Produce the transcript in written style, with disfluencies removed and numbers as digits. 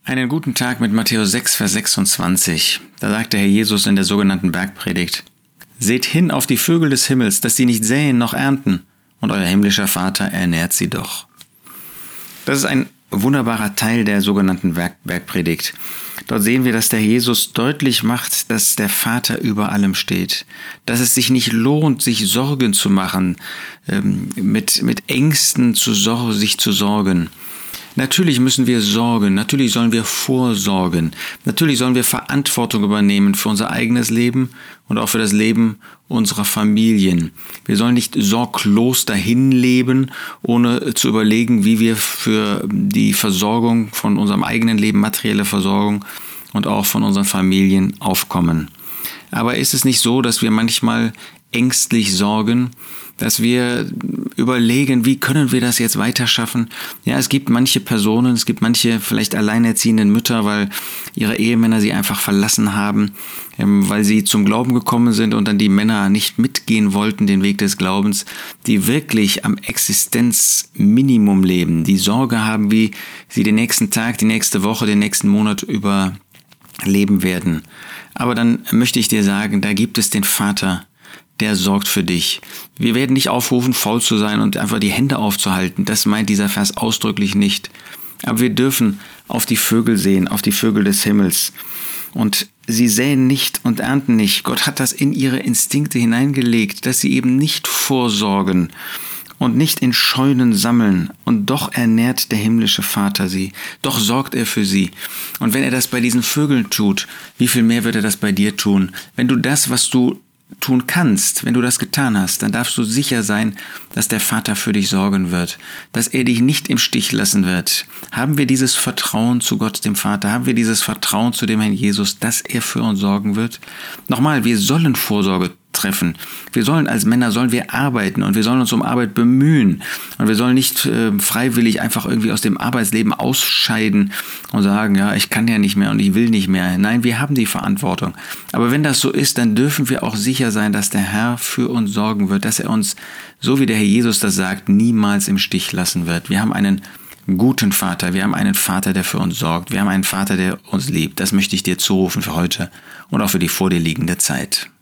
Einen guten Tag mit Matthäus 6, Vers 26. Da sagt der Herr Jesus in der sogenannten Bergpredigt: Seht hin auf die Vögel des Himmels, dass sie nicht säen noch ernten, und euer himmlischer Vater ernährt sie doch. Das ist ein wunderbarer Teil der sogenannten Bergpredigt. Dort sehen wir, dass der Jesus deutlich macht, dass der Vater über allem steht. Dass es sich nicht lohnt, sich Sorgen zu machen, mit Ängsten sich zu sorgen. Natürlich müssen wir sorgen, natürlich sollen wir vorsorgen, natürlich sollen wir Verantwortung übernehmen für unser eigenes Leben und auch für das Leben unserer Familien. Wir sollen nicht sorglos dahin leben, ohne zu überlegen, wie wir für die Versorgung von unserem eigenen Leben, materielle Versorgung und auch von unseren Familien aufkommen. Aber ist es nicht so, dass wir manchmal ängstlich sorgen, dass wir überlegen, wie können wir das jetzt weiter schaffen? Ja, es gibt manche Personen, es gibt manche vielleicht alleinerziehenden Mütter, weil ihre Ehemänner sie einfach verlassen haben, weil sie zum Glauben gekommen sind und dann die Männer nicht mitgehen wollten, den Weg des Glaubens, die wirklich am Existenzminimum leben, die Sorge haben, wie sie den nächsten Tag, die nächste Woche, den nächsten Monat überleben werden. Aber dann möchte ich dir sagen, da gibt es den Vater, der sorgt für dich. Wir werden nicht aufrufen, faul zu sein und einfach die Hände aufzuhalten. Das meint dieser Vers ausdrücklich nicht. Aber wir dürfen auf die Vögel sehen, auf die Vögel des Himmels. Und sie säen nicht und ernten nicht. Gott hat das in ihre Instinkte hineingelegt, dass sie eben nicht vorsorgen und nicht in Scheunen sammeln. Und doch ernährt der himmlische Vater sie. Doch sorgt er für sie. Und wenn er das bei diesen Vögeln tut, wie viel mehr wird er das bei dir tun? Wenn du das, was du tun kannst, wenn du das getan hast, dann darfst du sicher sein, dass der Vater für dich sorgen wird, dass er dich nicht im Stich lassen wird. Haben wir dieses Vertrauen zu Gott, dem Vater? Haben wir dieses Vertrauen zu dem Herrn Jesus, dass er für uns sorgen wird? Nochmal, wir sollen Vorsorge treffen. Als Männer sollen wir arbeiten und wir sollen uns um Arbeit bemühen. Und wir sollen nicht freiwillig einfach irgendwie aus dem Arbeitsleben ausscheiden und sagen, ja, ich kann ja nicht mehr und ich will nicht mehr. Nein, wir haben die Verantwortung. Aber wenn das so ist, dann dürfen wir auch sicher sein, dass der Herr für uns sorgen wird, dass er uns, so wie der Herr Jesus das sagt, niemals im Stich lassen wird. Wir haben einen guten Vater, wir haben einen Vater, der für uns sorgt, wir haben einen Vater, der uns liebt. Das möchte ich dir zurufen für heute und auch für die vor dir liegende Zeit.